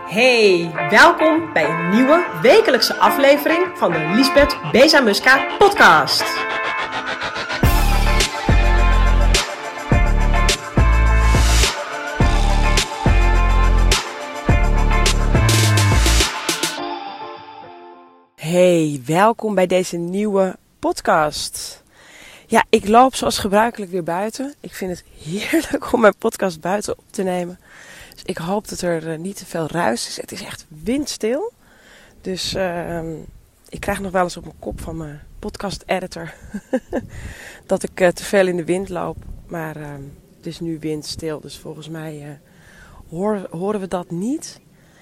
Hey, welkom bij een nieuwe wekelijkse aflevering van de Liesbeth Bezamuska podcast. Hey, welkom bij deze nieuwe podcast. Ja, ik loop zoals gebruikelijk weer buiten. Ik vind het heerlijk om mijn podcast buiten op te nemen. Dus ik hoop dat er niet te veel ruis is. Het is echt windstil. Dus ik krijg nog wel eens op mijn kop van mijn podcast editor dat ik te veel in de wind loop. Maar het is nu windstil, dus volgens mij horen we dat niet.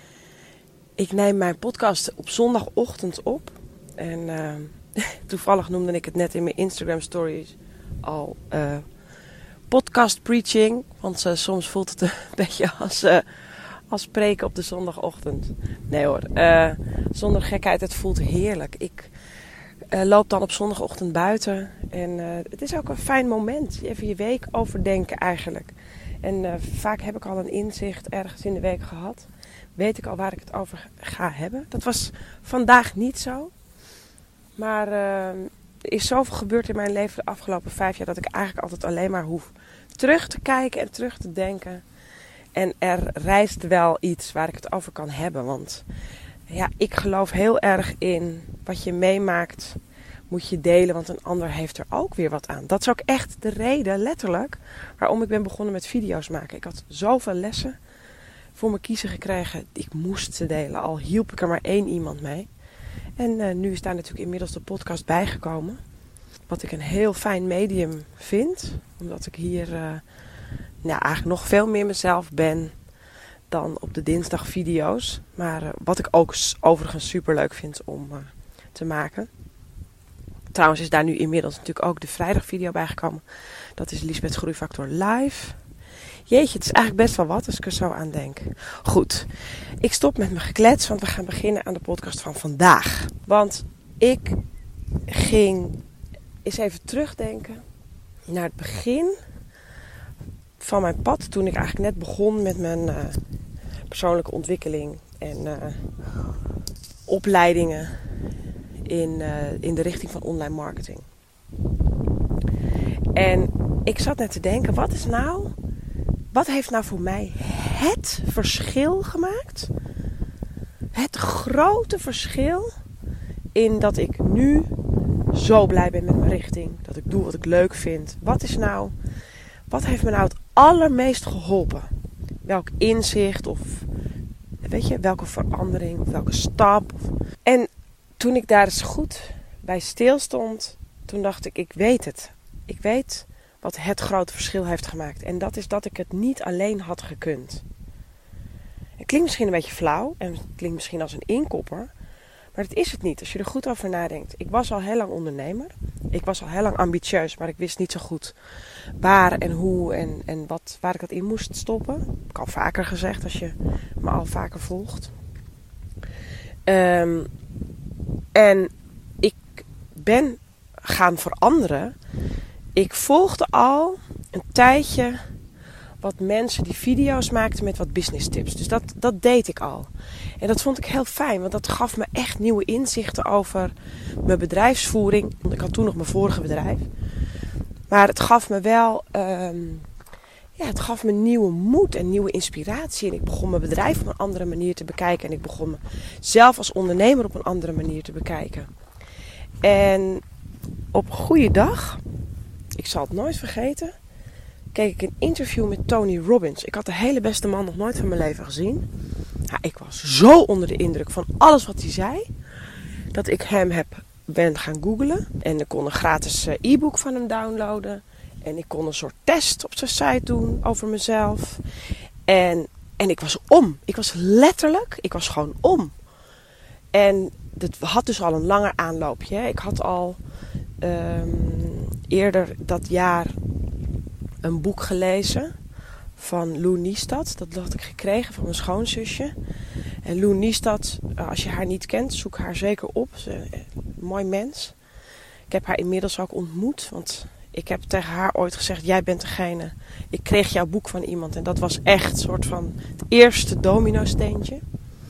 Ik neem mijn podcast op zondagochtend op. En toevallig noemde ik het net in mijn Instagram stories al podcast preaching. Want soms voelt het een beetje als spreken op de zondagochtend. Nee hoor, zonder gekheid, het voelt heerlijk. Ik loop dan op zondagochtend buiten. En het is ook een fijn moment. Even je week overdenken eigenlijk. En vaak heb ik al een inzicht ergens in de week gehad. Weet ik al waar ik het over ga hebben. Dat was vandaag niet zo. Maar er is zoveel gebeurd in mijn leven de afgelopen 5 jaar... dat ik eigenlijk altijd alleen maar hoef terug te kijken en terug te denken. En er rijst wel iets waar ik het over kan hebben. Want ja, ik geloof heel erg in wat je meemaakt moet je delen. Want een ander heeft er ook weer wat aan. Dat is ook echt de reden, letterlijk, waarom ik ben begonnen met video's maken. Ik had zoveel lessen voor me kiezen gekregen. Ik moest ze delen. Al hielp ik er maar 1 iemand mee. En nu is daar natuurlijk inmiddels de podcast bijgekomen. Wat ik een heel fijn medium vind. Omdat ik hier eigenlijk nog veel meer mezelf ben dan op de dinsdag video's. Maar wat ik ook overigens super leuk vind om te maken. Trouwens is daar nu inmiddels natuurlijk ook de vrijdag video bijgekomen. Dat is Liesbeth Groeifactor Live. Jeetje, het is eigenlijk best wel wat als ik er zo aan denk. Goed, ik stop met mijn geklets, want we gaan beginnen aan de podcast van vandaag. Want ik ging eens even terugdenken naar het begin van mijn pad. Toen ik eigenlijk net begon met mijn persoonlijke ontwikkeling en opleidingen in de richting van online marketing. En ik zat net te denken, wat heeft nou voor mij het verschil gemaakt? Het grote verschil in dat ik nu zo blij ben met mijn richting. Dat ik doe wat ik leuk vind. Wat heeft me nou het allermeest geholpen? Welk inzicht of weet je, welke verandering of welke stap? En toen ik daar eens goed bij stilstond, toen dacht ik weet het. Ik weet wat het grote verschil heeft gemaakt. En dat is dat ik het niet alleen had gekund. Het klinkt misschien een beetje flauw. En het klinkt misschien als een inkopper. Maar dat is het niet. Als je er goed over nadenkt. Ik was al heel lang ondernemer. Ik was al heel lang ambitieus. Maar ik wist niet zo goed waar en hoe en waar ik dat in moest stoppen. Ik heb al vaker gezegd. Als je me al vaker volgt. En ik ben gaan veranderen. Ik volgde al een tijdje wat mensen die video's maakten met wat business tips. Dus dat deed ik al. En dat vond ik heel fijn, want dat gaf me echt nieuwe inzichten over mijn bedrijfsvoering. Ik had toen nog mijn vorige bedrijf. Maar het gaf me wel het gaf me nieuwe moed en nieuwe inspiratie. En ik begon mijn bedrijf op een andere manier te bekijken. En ik begon mezelf als ondernemer op een andere manier te bekijken. En op een goede dag, ik zal het nooit vergeten, keek ik een interview met Tony Robbins. Ik had de hele beste man nog nooit van mijn leven gezien. Ja, ik was zo onder de indruk van alles wat hij zei, dat ik hem ben gaan googlen. En ik kon een gratis e-book van hem downloaden. En ik kon een soort test op zijn site doen over mezelf. En ik was om. Ik was gewoon om. En dat had dus al een langer aanloopje. Hè. Ik had al eerder dat jaar een boek gelezen van Lou Niestad. Dat had ik gekregen van mijn schoonzusje. En Lou Niestad, als je haar niet kent, zoek haar zeker op. Ze is een mooi mens. Ik heb haar inmiddels ook ontmoet, want ik heb tegen haar ooit gezegd, jij bent degene. Ik kreeg jouw boek van iemand en dat was echt een soort van het eerste domino-steentje.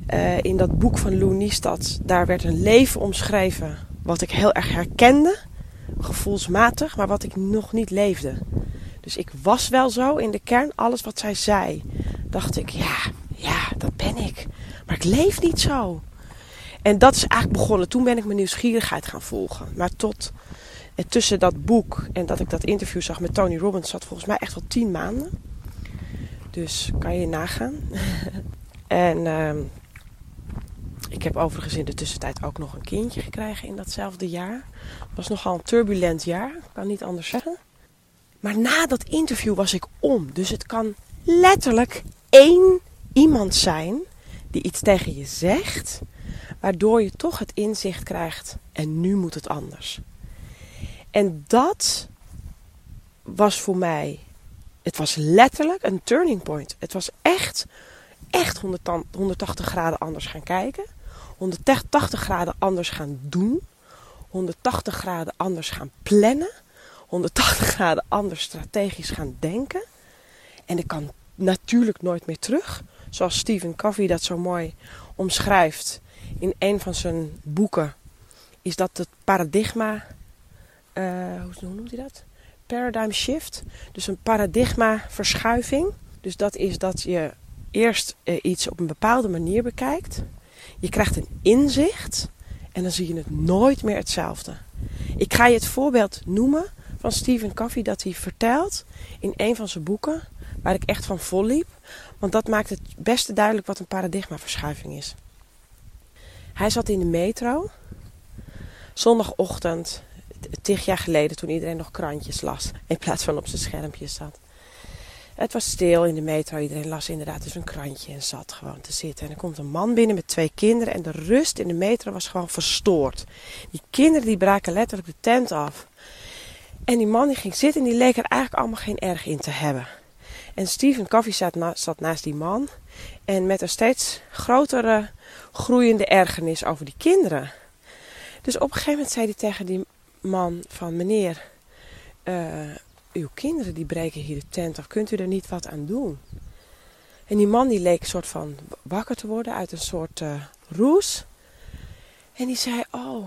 In dat boek van Lou Niestad, daar werd een leven omschreven wat ik heel erg herkende, gevoelsmatig, maar wat ik nog niet leefde. Dus ik was wel zo in de kern, alles wat zij zei, dacht ik, ja, dat ben ik. Maar ik leef niet zo. En dat is eigenlijk begonnen. Toen ben ik mijn nieuwsgierigheid gaan volgen. Maar tussen dat boek en dat ik dat interview zag met Tony Robbins zat volgens mij echt wel 10 maanden. Dus kan je nagaan. En ik heb overigens in de tussentijd ook nog een kindje gekregen in datzelfde jaar. Het was nogal een turbulent jaar, ik kan niet anders zeggen. Maar na dat interview was ik om. Dus het kan letterlijk 1 iemand zijn die iets tegen je zegt, waardoor je toch het inzicht krijgt en nu moet het anders. En dat was voor mij, het was letterlijk een turning point. Het was echt 180 graden anders gaan kijken. 180 graden anders gaan doen. 180 graden anders gaan plannen. 180 graden anders strategisch gaan denken. En ik kan natuurlijk nooit meer terug. Zoals Stephen Covey dat zo mooi omschrijft in een van zijn boeken. Is dat het paradigma, hoe noemt hij dat? Paradigm shift. Dus een paradigma verschuiving. Dus dat is dat je eerst iets op een bepaalde manier bekijkt. Je krijgt een inzicht. En dan zie je het nooit meer hetzelfde. Ik ga je het voorbeeld noemen van Stephen Covey dat hij vertelt in een van zijn boeken. Waar ik echt van vol liep. Want dat maakt het beste duidelijk wat een paradigmaverschuiving is. Hij zat in de metro. Zondagochtend, 10 jaar geleden, toen iedereen nog krantjes las. In plaats van op zijn schermpjes zat. Het was stil in de metro. Iedereen las inderdaad dus een krantje en zat gewoon te zitten. En er komt een man binnen met 2 kinderen. En de rust in de metro was gewoon verstoord. Die kinderen die braken letterlijk de tent af. En die man die ging zitten en die leek er eigenlijk allemaal geen erg in te hebben. En Stephen Covey zat naast die man. En met een steeds grotere groeiende ergernis over die kinderen. Dus op een gegeven moment zei hij tegen die man van meneer, uw kinderen die breken hier de tent af. Kunt u er niet wat aan doen? En die man die leek een soort van wakker te worden uit een soort roes. En die zei, oh,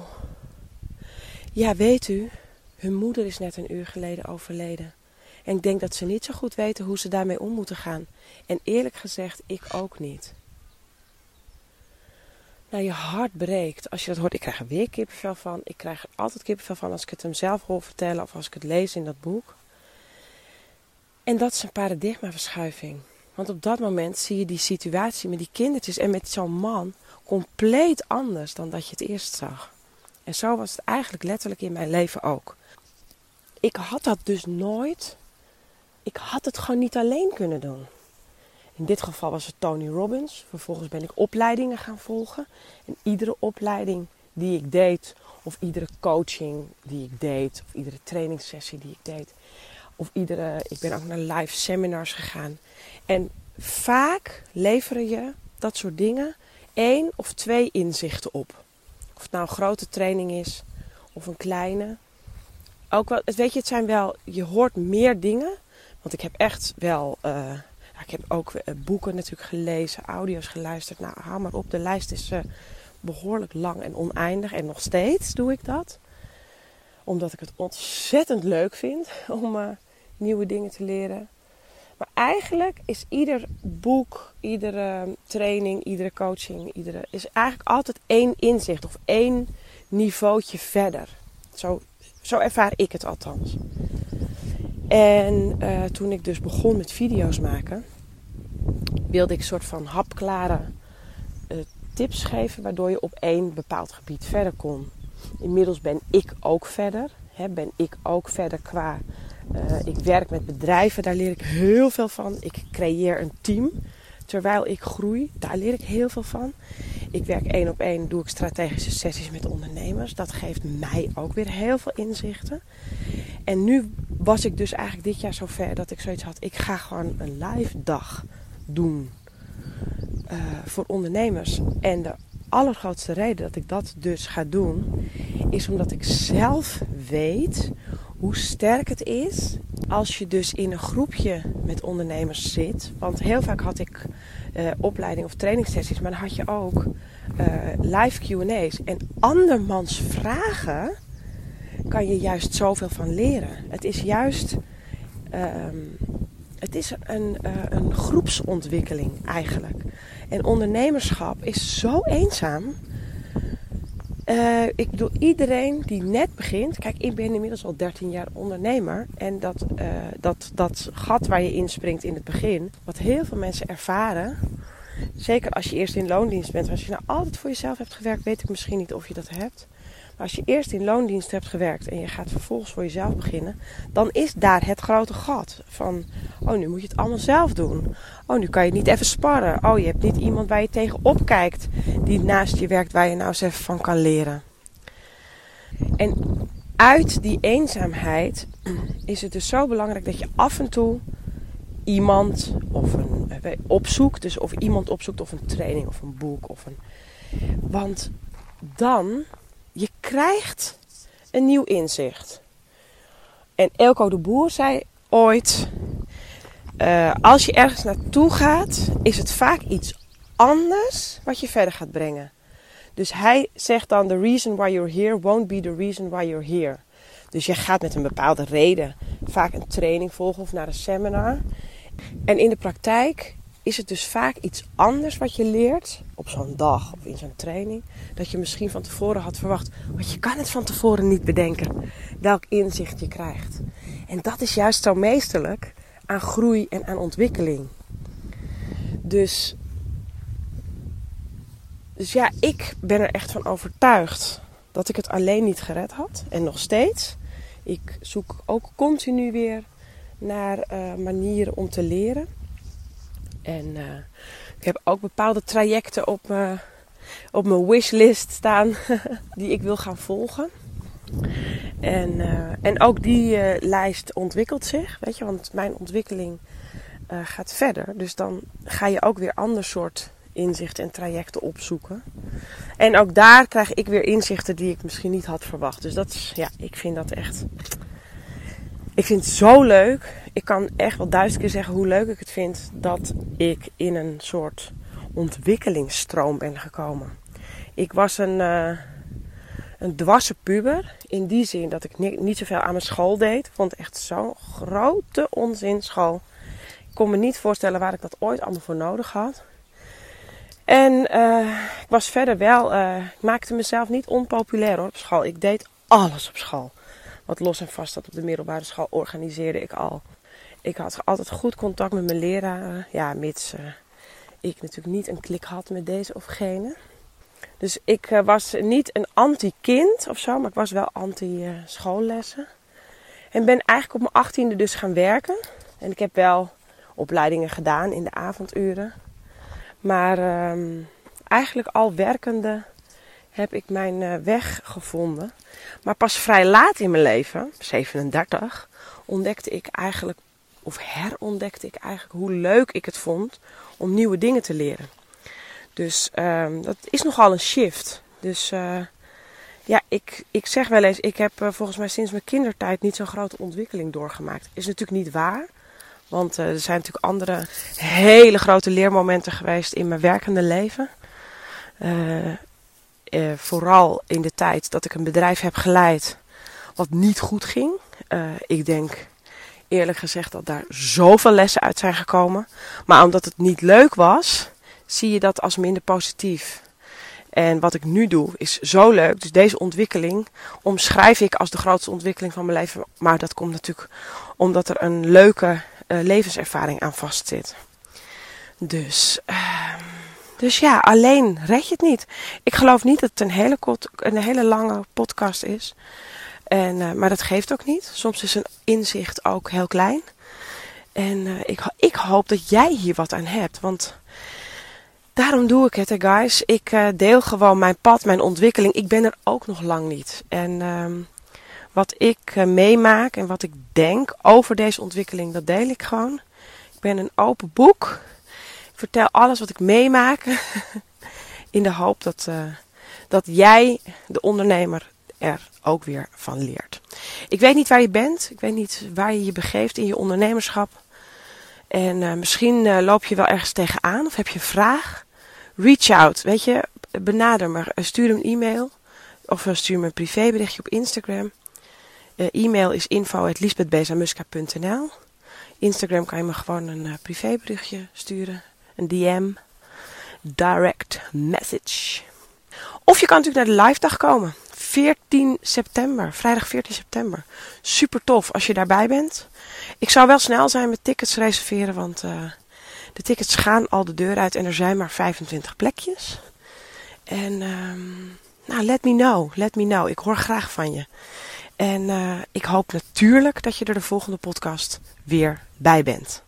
ja weet u, hun moeder is net een uur geleden overleden. En ik denk dat ze niet zo goed weten hoe ze daarmee om moeten gaan. En eerlijk gezegd, ik ook niet. Nou, je hart breekt als je dat hoort. Ik krijg er weer kippenvel van. Ik krijg er altijd kippenvel van als ik het hem zelf hoor vertellen of als ik het lees in dat boek. En dat is een paradigmaverschuiving. Want op dat moment zie je die situatie met die kindertjes en met zo'n man compleet anders dan dat je het eerst zag. En zo was het eigenlijk letterlijk in mijn leven ook. Ik had dat dus nooit. Ik had het gewoon niet alleen kunnen doen. In dit geval was het Tony Robbins. Vervolgens ben ik opleidingen gaan volgen. En iedere opleiding die ik deed, of iedere coaching die ik deed, of iedere trainingssessie die ik deed, ik ben ook naar live seminars gegaan. En vaak leveren je dat soort dingen 1 of 2 inzichten op. Of het nou een grote training is, of een kleine. Ook wel, het zijn wel, je hoort meer dingen. Want ik heb echt wel, ik heb ook boeken natuurlijk gelezen, audio's geluisterd. Nou, hou maar op, de lijst is behoorlijk lang en oneindig. En nog steeds doe ik dat. Omdat ik het ontzettend leuk vind om nieuwe dingen te leren. Maar eigenlijk is ieder boek, iedere training, iedere coaching, is eigenlijk altijd 1 inzicht of 1 niveautje verder. Zo ervaar ik het althans. En toen ik dus begon met video's maken, wilde ik een soort van hapklare tips geven, waardoor je op 1 bepaald gebied verder kon. Inmiddels ben ik ook verder. Ben ik ook verder qua, ik werk met bedrijven, daar leer ik heel veel van. Ik creëer een team terwijl ik groei, daar leer ik heel veel van. Ik werk 1 op 1, doe ik strategische sessies met ondernemers. Dat geeft mij ook weer heel veel inzichten. En nu was ik dus eigenlijk dit jaar zover dat ik zoiets had. Ik ga gewoon een live dag doen voor ondernemers. En de allergrootste reden dat ik dat dus ga doen, is omdat ik zelf weet hoe sterk het is als je dus in een groepje met ondernemers zit. Want heel vaak had ik opleiding of trainingssessies. Maar dan had je ook live Q&A's. En andermans vragen kan je juist zoveel van leren. Het is juist een groepsontwikkeling eigenlijk. En ondernemerschap is zo eenzaam. Ik bedoel, iedereen die net begint. Kijk, ik ben inmiddels al 13 jaar ondernemer. En dat gat waar je inspringt in het begin. Wat heel veel mensen ervaren. Zeker als je eerst in loondienst bent. Als je nou altijd voor jezelf hebt gewerkt. Weet ik misschien niet of je dat hebt. Maar als je eerst in loondienst hebt gewerkt. En je gaat vervolgens voor jezelf beginnen. Dan is daar het grote gat. Van, oh, nu moet je het allemaal zelf doen. Oh, nu kan je niet even sparren. Oh, je hebt niet iemand waar je tegenop kijkt. Die naast je werkt waar je nou eens even van kan leren. En uit die eenzaamheid is het dus zo belangrijk dat je af en toe iemand opzoekt. Dus of iemand opzoekt of een training of een boek. Want dan, je krijgt een nieuw inzicht. En Eelco de Boer zei ooit, als je ergens naartoe gaat, is het vaak iets anders wat je verder gaat brengen. Dus hij zegt dan, the reason why you're here won't be the reason why you're here. Dus je gaat met een bepaalde reden vaak een training volgen of naar een seminar. En in de praktijk is het dus vaak iets anders wat je leert op zo'n dag of in zo'n training. Dat je misschien van tevoren had verwacht. Want je kan het van tevoren niet bedenken welk inzicht je krijgt. En dat is juist zo meesterlijk aan groei en aan ontwikkeling. Dus ja, ik ben er echt van overtuigd dat ik het alleen niet gered had. En nog steeds. Ik zoek ook continu weer naar manieren om te leren. En ik heb ook bepaalde trajecten op mijn wishlist staan die ik wil gaan volgen. En ook die lijst ontwikkelt zich, weet je, want mijn ontwikkeling gaat verder. Dus dan ga je ook weer ander soort inzichten en trajecten opzoeken. En ook daar krijg ik weer inzichten die ik misschien niet had verwacht. Dus dat is, ja, ik vind dat echt. Ik vind het zo leuk. Ik kan echt wel 1000 keer zeggen hoe leuk ik het vind dat ik in een soort ontwikkelingsstroom ben gekomen. Ik was een dwarse puber. In die zin dat ik niet zoveel aan mijn school deed. Ik vond het echt zo'n grote onzin school. Ik kon me niet voorstellen waar ik dat ooit allemaal voor nodig had. En ik was verder wel. Ik maakte mezelf niet onpopulair hoor, op school. Ik deed alles op school. Wat los en vast zat op de middelbare school organiseerde ik al. Ik had altijd goed contact met mijn leraren. Ja, mits ik natuurlijk niet een klik had met deze of gene. Dus ik was niet een anti-kind of zo, maar ik was wel anti-schoollessen. En ben eigenlijk op mijn 18e dus gaan werken. En ik heb wel opleidingen gedaan in de avonduren. Maar eigenlijk al werkende heb ik mijn weg gevonden. Maar pas vrij laat in mijn leven, 37, ontdekte ik eigenlijk, of herontdekte ik eigenlijk hoe leuk ik het vond om nieuwe dingen te leren. Dus dat is nogal een shift. Dus ja, ik zeg wel eens, ik heb volgens mij sinds mijn kindertijd niet zo'n grote ontwikkeling doorgemaakt. Is natuurlijk niet waar. Want er zijn natuurlijk andere hele grote leermomenten geweest in mijn werkende leven. Vooral in de tijd dat ik een bedrijf heb geleid wat niet goed ging. Ik denk eerlijk gezegd dat daar zoveel lessen uit zijn gekomen. Maar omdat het niet leuk was, zie je dat als minder positief. En wat ik nu doe is zo leuk. Dus deze ontwikkeling omschrijf ik als de grootste ontwikkeling van mijn leven. Maar dat komt natuurlijk omdat er een leuke levenservaring aan vastzit. Dus ja, alleen red je het niet. Ik geloof niet dat het een hele lange podcast is. Maar dat geeft ook niet. Soms is een inzicht ook heel klein. En ik hoop dat jij hier wat aan hebt. Want daarom doe ik het, hè, guys. Ik deel gewoon mijn pad, mijn ontwikkeling. Ik ben er ook nog lang niet. En wat ik meemaak en wat ik denk over deze ontwikkeling, dat deel ik gewoon. Ik ben een open boek. Ik vertel alles wat ik meemaak. In de hoop dat jij, de ondernemer, er ook weer van leert. Ik weet niet waar je bent. Ik weet niet waar je je begeeft in je ondernemerschap. En misschien loop je wel ergens tegenaan of heb je een vraag. Reach out, weet je. Benader me. Stuur een e-mail. Of stuur me een privéberichtje op Instagram. E-mail is info@liesbethbezamuska.nl. Instagram kan je me gewoon een privéberichtje sturen. Een DM. Direct message. Of je kan natuurlijk naar de live dag komen. 14 september. Vrijdag 14 september. Super tof als je daarbij bent. Ik zou wel snel zijn met tickets reserveren. Want de tickets gaan al de deur uit. En er zijn maar 25 plekjes. En let me know. Let me know. Ik hoor graag van je. En ik hoop natuurlijk dat je er de volgende podcast weer bij bent.